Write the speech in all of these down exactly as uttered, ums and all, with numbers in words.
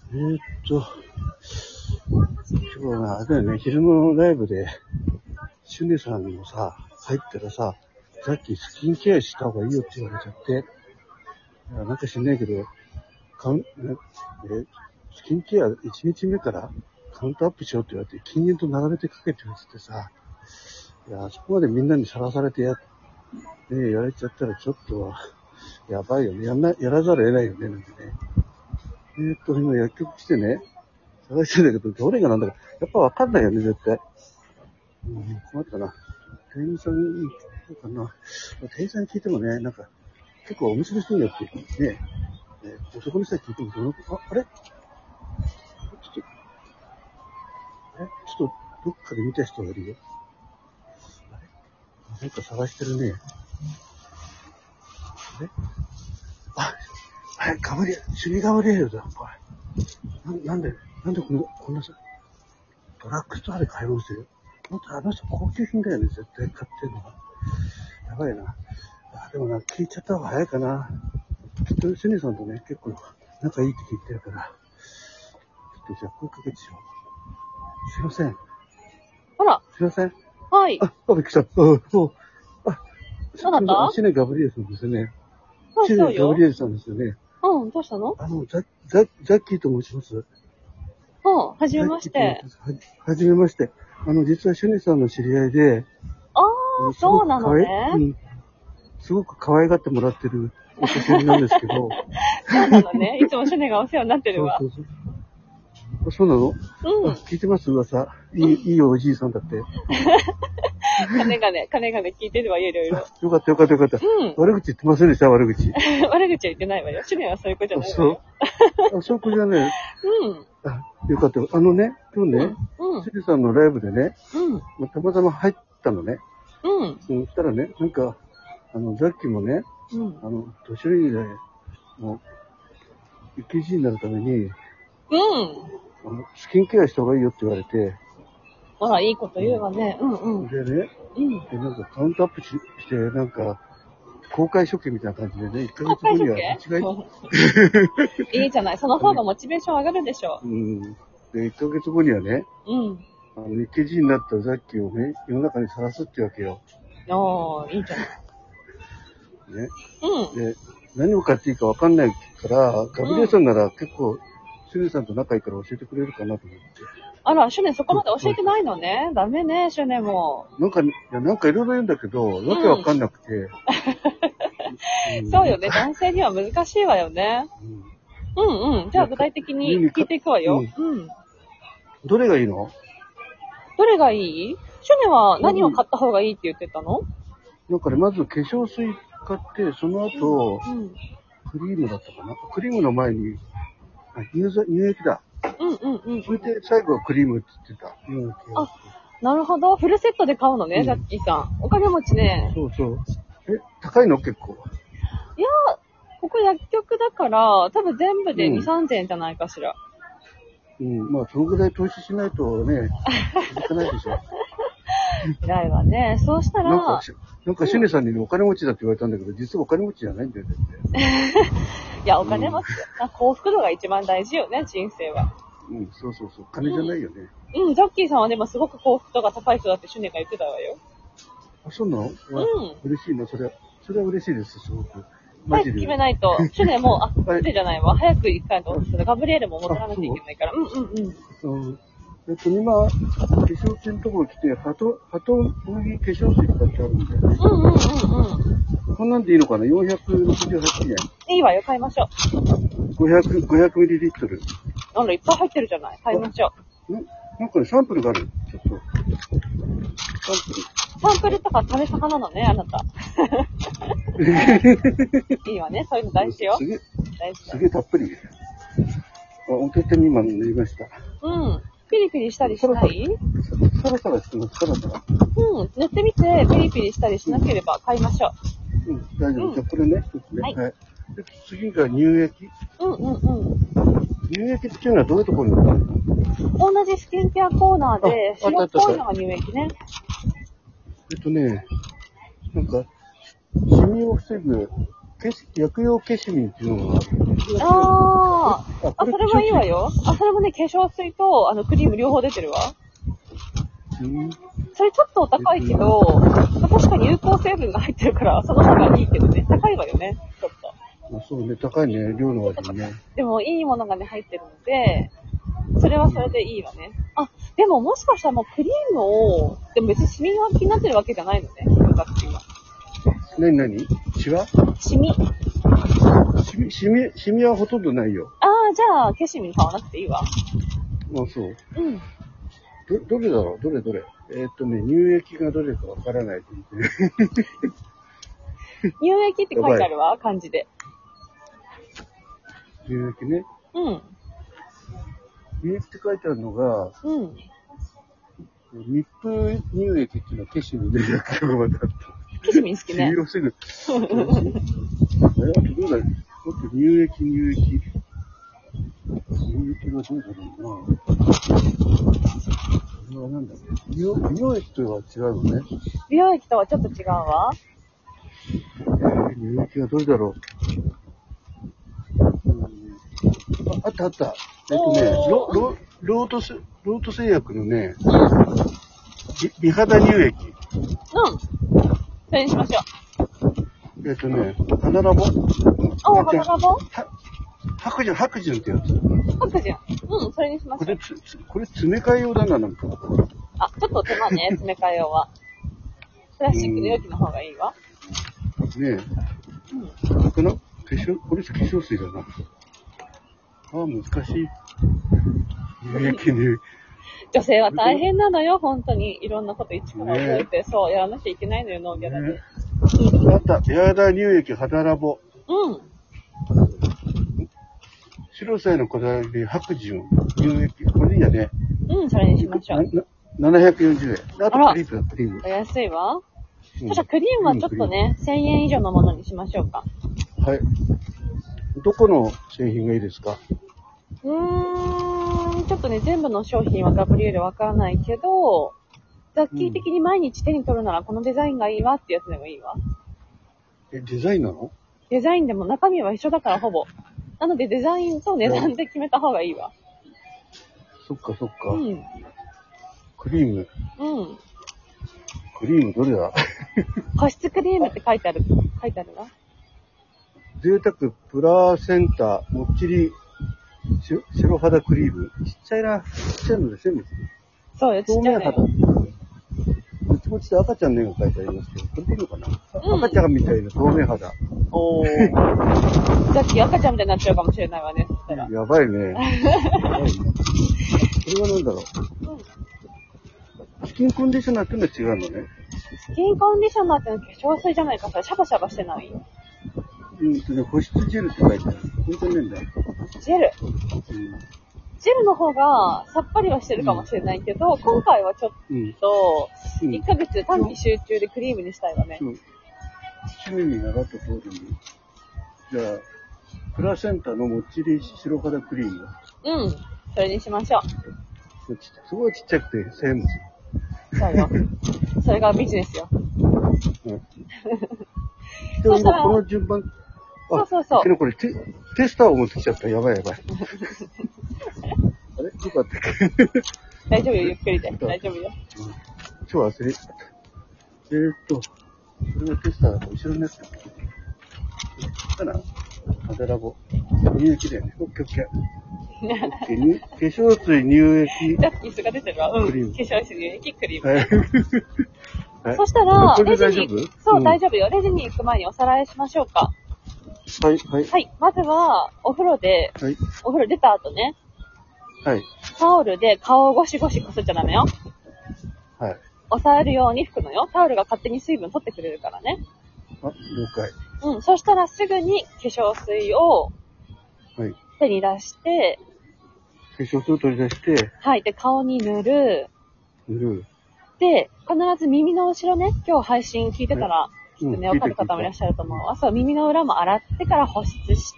えーっと、今日はあれだよね、昼のライブで、シュネさんのさ、入ったらさ、さっきスキンケアした方がいいよって言われちゃって、いやなんか知んないけど、カウンえスキンケアいちにちめからカウントアップしようって言われて、禁煙と流れてかけてるってってさ、いや、そこまでみんなにさらされてや、ね、やられちゃったらちょっと、やばいよね。やんな、やらざるを得ないよね、なんてね。えーっと、今薬局来てね、探してんだけど、どれがなんだか、やっぱわかんないよね、絶対。うん、困ったな。店員さんに、どうかな。店員さんに聞いてもね、なんか、結構お店の人によってね、ね、男の人に聞いてもどの、あ、あれちょっと、えちょっと、どっかで見た人がいるよ。あれなんか探してるね。あれあ、あれ、ガブリエル、シュニガブリエルだ、これ。な、なんで、なんでこの、こんなさ、ドラッグストアで買い物してる。本当あの人高級品だよね、絶対買ってるのが。やばいな。あ、でもな、聞いちゃった方が早いかな。きっと、シュニさんとね、結構仲いいって聞いてるから、ちょっとじゃあ声かけてしよう。すいません。 あら。 すいません。 はい。 あ、あ、びっくりした。あ、おあ、 どなた？ シュネガブリエルさんですよね。 はい、 シュそうよ。 ネガブリエルさんですよね。 うん、どうしたの？ あの、ザ、ザ、ザッキーと申します。 うん、はじめまして。 は、はじめまして。あの、実はシュネさんの知り合いで、 ああ、そうなのね。 うん。すごく可愛がってもらってるお年寄りなんですけど。 そうなのね。いつもシュネがお世話になってるわ。 そうそうそう。あ、そうなの？うん。聞いてます噂。いい、いいおじいさんだって。 金がね、金がね、聞いてるわよ、いろいろ。 よかったよかったよかった。うん。悪口言ってませんでした、悪口。 悪口は言ってないわよ。シュネはそういう子じゃないわよ。 そう。あ、そういう子じゃねうん。 あ、よかったよ。あのね、今日ね、 うん。 シュネさんのライブでね、 うん。 たまたま入ったのね。 うん。 そしたらね、なんか、あの、ザッキーもね、うん、あの、年寄りで、もう、イケジーになるために、うん。あの、スキンケアした方がいいよって言われて。 あら、いいこと言うわね。うんうん。 でね、うん。で、なんかカウントアップしして、なんか、公開処刑みたいな感じでね、いっかげつごには間違いいじゃない。その方がモチベーション上がるでしょ。 うん。で、いっかげつごにはね、うん。あの、イケジーになったザッキーをね、世の中にさらすってわけよ。 ああ、いいじゃない。 ね。うん。で、何を買っていいか分かんないから、ガブリエさんなら結構、シュネさんと仲いいから教えてくれるかなと思って。 あら、シュネそこまで教えてないのね。ダメね、シュネも。 なんか、いや、なんかいろいろ言うんだけど、わけわかんなくて、 うんうん。そうよね、男性には難しいわよね。うん、うんうん。じゃあ具体的に聞いていくわよ。うん。うん、 どれがいいの？ どれがいい？シュネは何を買った方がいいって言ってたの？ なんかね、まず化粧水買って、その後、うんうん、クリームだったかな。クリームの前に、あ、乳剤、乳液だ。うんうんうん。それで最後はクリームって言ってた。うん、 あ、なるほど。フルセットで買うのね、ジャッキーさん。お金持ちね。 そうそう。え、高いの結構。 いや、ここ薬局だから、多分全部でに、さんぜんえんじゃないかしら。 うん、うん、まあ、そのぐらい投資しないとね、続かないでしょ。 偉いわね。そうしたら。 なんか、なんかシュネさんにお金持ちだって言われたんだけど、実はお金持ちじゃないんだよね。 いや、お金持ち、うん、幸福度が一番大事よね、人生は。 うん、そうそうそう。金じゃないよね。 うん、うん、ジャッキーさんはでもすごく幸福度が高い人だってシュネが言ってたわよ。 あ、そうなの？うん。嬉しいな、それは。それは嬉しいです、すごく。 早く決めないと。シュネも、あ、シュネじゃないわ。早く行かないと。ガブリエルも戻らなきゃいけないから。うんうんうん。 うんえっと、今、化粧水のところ来て、ハト、ハト麦化粧水とかってあるんだよね。うんうんうんうん。こんなんでいいのかな ?よんひゃくろくじゅうはちえん。 いいわよ、買いましょう。ごひゃく、ごひゃくミリリットル。 なんだ、いっぱい入ってるじゃない。買いましょう。な、なんかね、サンプルがある。ちょっと。サンプル。サンプルとか食べ盛なのね、あなた。いいわね、そういうの大事よ。 すげえ、 大事。 すげえたっぷり。あ、お手手に今塗りました。 うん。ピリピリしたりしない？ サラサラしてます、サラサラ。 うん。塗ってみて、ピリピリしたりしなければ買いましょう。うん、大丈夫。うん、じゃあこれね、一つね。はい。はい、で次が乳液。 うんうんうん。 乳液っていうのはどういうところにあるの？同じスキンケアコーナーで、白っぽいのが乳液ね。 えっとね、なんか、シミを防ぐ、薬用消しミンっていうのがある。 ああ、こあ、それはいいわよ。あ、それもね、化粧水と、あの、クリーム両方出てるわ。 うん。 それちょっとお高いけど、確かに有効成分が入ってるから、その方がいいけどね。高いわよね、ちょっと。 あ、そうね、高いね、量の割にね。 でも、いいものがね、入ってるので、それはそれでいいわね。あ、でももしかしたらもうクリームを、でも別にシミが気になってるわけじゃないのね、さっきは。 なになにシワシミ。 シミ、シミ、シミはほとんどないよ。 ああ、じゃあ、消しミに買わなくていいわ。 あ、そう。 うん。 ど、どれだろうどれどれえーっとね、乳液がどれかわからないと言って。 乳液って書いてあるわ、漢字で。 乳液ね。 うん。 乳液って書いてあるのが、 うん。 密封乳液っていうのは消しに出る薬がまたあった。 消しミ好きね。 黄色すぐ。え、あとどうだもっと乳液、乳液。乳液はどうだろうな。これはなんだろう。美容、美容液とは違うのね。 美容液とはちょっと違うわ。 えー、乳液はどれだろう。うん、あ、あったあった。えっとね、ロ、ロ、ロートス、ロート製薬のね、美, 美肌乳液。 うん。それにしましょう。 えっとね、肌ラボ。 あ、肌ラボ白潤、白潤ってやつ。 白潤。うん、それにしましょう。 これつ、これ詰め替え用だな、なんか。 あ、ちょっと手間ね、詰め替え用は。プラスチックの容器の方がいいわ。 ねえ。うん。この化粧、これ化粧水だな。ああ、難しい。乳液ね。 女性は大変なのよ、本当に。いろんなこと一から覚えて、ね、そう、やらなきゃいけないのよ、ノーギャラで。ね、 あった、美肌乳液肌ラボ。 うん。 白さへのこだわり、白潤、乳液。これいいやね。 うん、それにしましょう。 ななひゃくよんじゅうえん。あとクリームだ、クリーム。 お安いわ。うん、そしたらクリームはちょっとね、せんえん以上のものにしましょうか。 はい。どこの製品がいいですか？ うーん、ちょっとね、全部の商品はガブリエルわからないけど、ザッキー的に毎日手に取るならこのデザインがいいわってやつでもいいわ。 え、デザインなの？ デザインでも中身は一緒だからほぼ。なのでデザインと値段で決めた方がいいわ。 そっかそっか。 うん。 クリーム。 うん。 クリームどれだ？ 保湿クリームって書いてある、書いてあるわ。 贅沢プラセンタもっちり白肌クリーム。ちっちゃいな。ちっちゃいので全部。 そうよ、ちっちゃいのよ。 透明肌。もちもちで赤ちゃんの絵が描いてありますけど、これでいいのかな、うん、赤ちゃんみたいな透明肌。 おー。さっき赤ちゃんみたいになっちゃうかもしれないわね、そしたら。 やばいね。やばいね。これは何だろう。うん、スキンコンディショナーってのは違うのね。 スキンコンディショナーってのは化粧水じゃないかさ、シャバシャバしてない？ うんとね、保湿ジェルって書いてある。本当にねんだ。 ジェル。うんジェルの方がさっぱりはしてるかもしれないけど、うん、今回はちょっと、いっかげつ短期集中でクリームにしたいわね。 そう。趣味に習った通りに。じゃあ、プラセンタのもっちり白肌クリーム。 うん。それにしましょう。すごいちっちゃくて、せんぶつ。 そうよ。それがビジネスよ。うん。 でも今この順番、 そうそうそう。 けどこれテ、テスターを持ってきちゃった。やばいやばい。あれどこだったっけ？ 大丈夫よ、ゆっくりで。大丈夫よ。 うん、超忘れ。えーっと、これがテスターだと後ろのやつだかな？肌ラボ。乳液だよね。オッケーオッケー。オッケー。化粧水、乳液。 ジャッキースが出てるわ。うん。化粧水、乳液、クリーム。 はい。 そしたら、 レジに、 そう、うん、大丈夫よ。レジに行く前におさらいしましょうか。 はい、はい。 はい。まずは、お風呂で、はい、お風呂出た後ね。 はい。 タオルで顔をゴシゴシこすっちゃダメよ。 はい。 押さえるように拭くのよ。タオルが勝手に水分取ってくれるからね。 あ、了解。 うん。そしたらすぐに化粧水を、はい。手に出して、 化粧水を取り出して、 はい。で、顔に塗る。 塗る。 で、必ず耳の後ろね、今日配信聞いてたら、はい、きっとね、わかる方もいらっしゃると思う。あ、そう、耳の裏も洗ってから保湿して、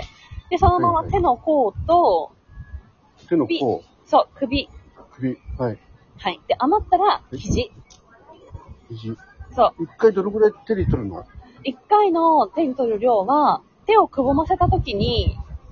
で、そのまま手の甲と、 手の甲。 そう、首。 首。はい。 はい。で、余ったら、肘。 肘。 そう。 一回どのくらい手に取るの？ 一回の手に取る量は、手をくぼませたときに、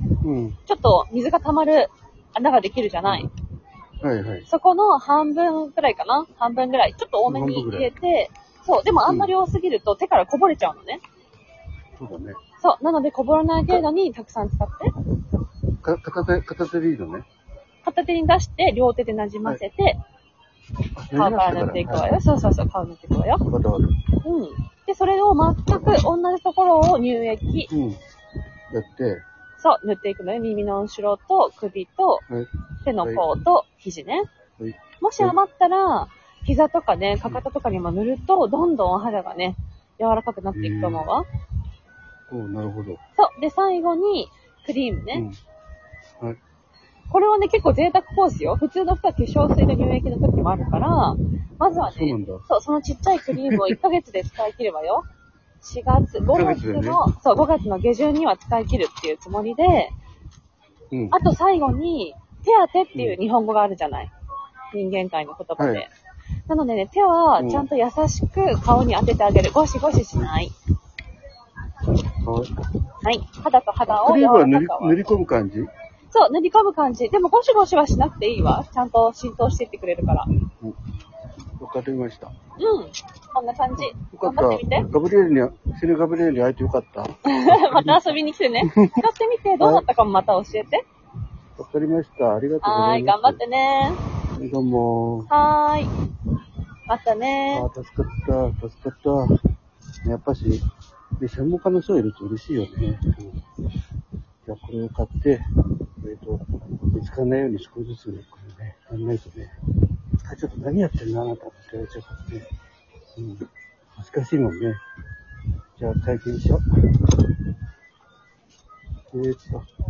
うん。 ちょっと水が溜まる穴ができるじゃない。 はいはい。 そこの半分くらいかな半分くらい。ちょっと多めに入れて、そう、でもあんまり多すぎると手からこぼれちゃうのね。 そうだね。 そう、なのでこぼれない程度にたくさん使って。 か、片手、片手でいいのね。 片手に出して、両手で馴染ませて、はい、皮から塗っていくわよ。はい、そうそうそう、皮塗っていくわよ。 わかる。 うん。で、それを全く同じところを乳液。 うん。やって。 そう、塗っていくのよ。耳の後ろと首と、手の甲と肘ね。はい、もし余ったら、膝とかね、かかととかにも塗ると、どんどんお肌がね、柔らかくなっていくと思うわ。 おー、なるほど。 そう。で、最後に、クリームね。 うん、はい。これはね、結構贅沢コースよ。普通の人は化粧水の乳液の時もあるから、まずはね、 そうなんだ。 そう、そのちっちゃいクリームをいっかげつで使い切るわよ。しがつ、ごがつの、ね、そう、ごがつの下旬には使い切るっていうつもりで、うん、あと最後に、手当てっていう日本語があるじゃない。人間界の言葉で。はい、なのでね、手はちゃんと優しく顔に当ててあげる。ゴシゴシしない。はい。肌と肌をクリームは塗り、塗り込む感じ？ そう、塗り込む感じ。でもゴシゴシはしなくていいわ。ちゃんと浸透していってくれるから。うん。 わかりました。 うん。こんな感じ。 よかった。頑張ってみて。ガブリエルに、セルガブリエルに会えてよかった。 また遊びに来てね。使ってみて、どうだったかもまた教えて。 わかりました。ありがとうございます。はーい、頑張ってね。 どうも。 はーい。またね。 あー、助かった、助かった。やっぱし、専門家の人がいると嬉しいよね。うん、じゃあこれを買って、えっと、見つからないように少しずつね、これね、やんないとね。ちょっと何やってんのあなたって言われちゃうからね。うん。恥ずかしいもんね。じゃあ体験しよう。えーっと。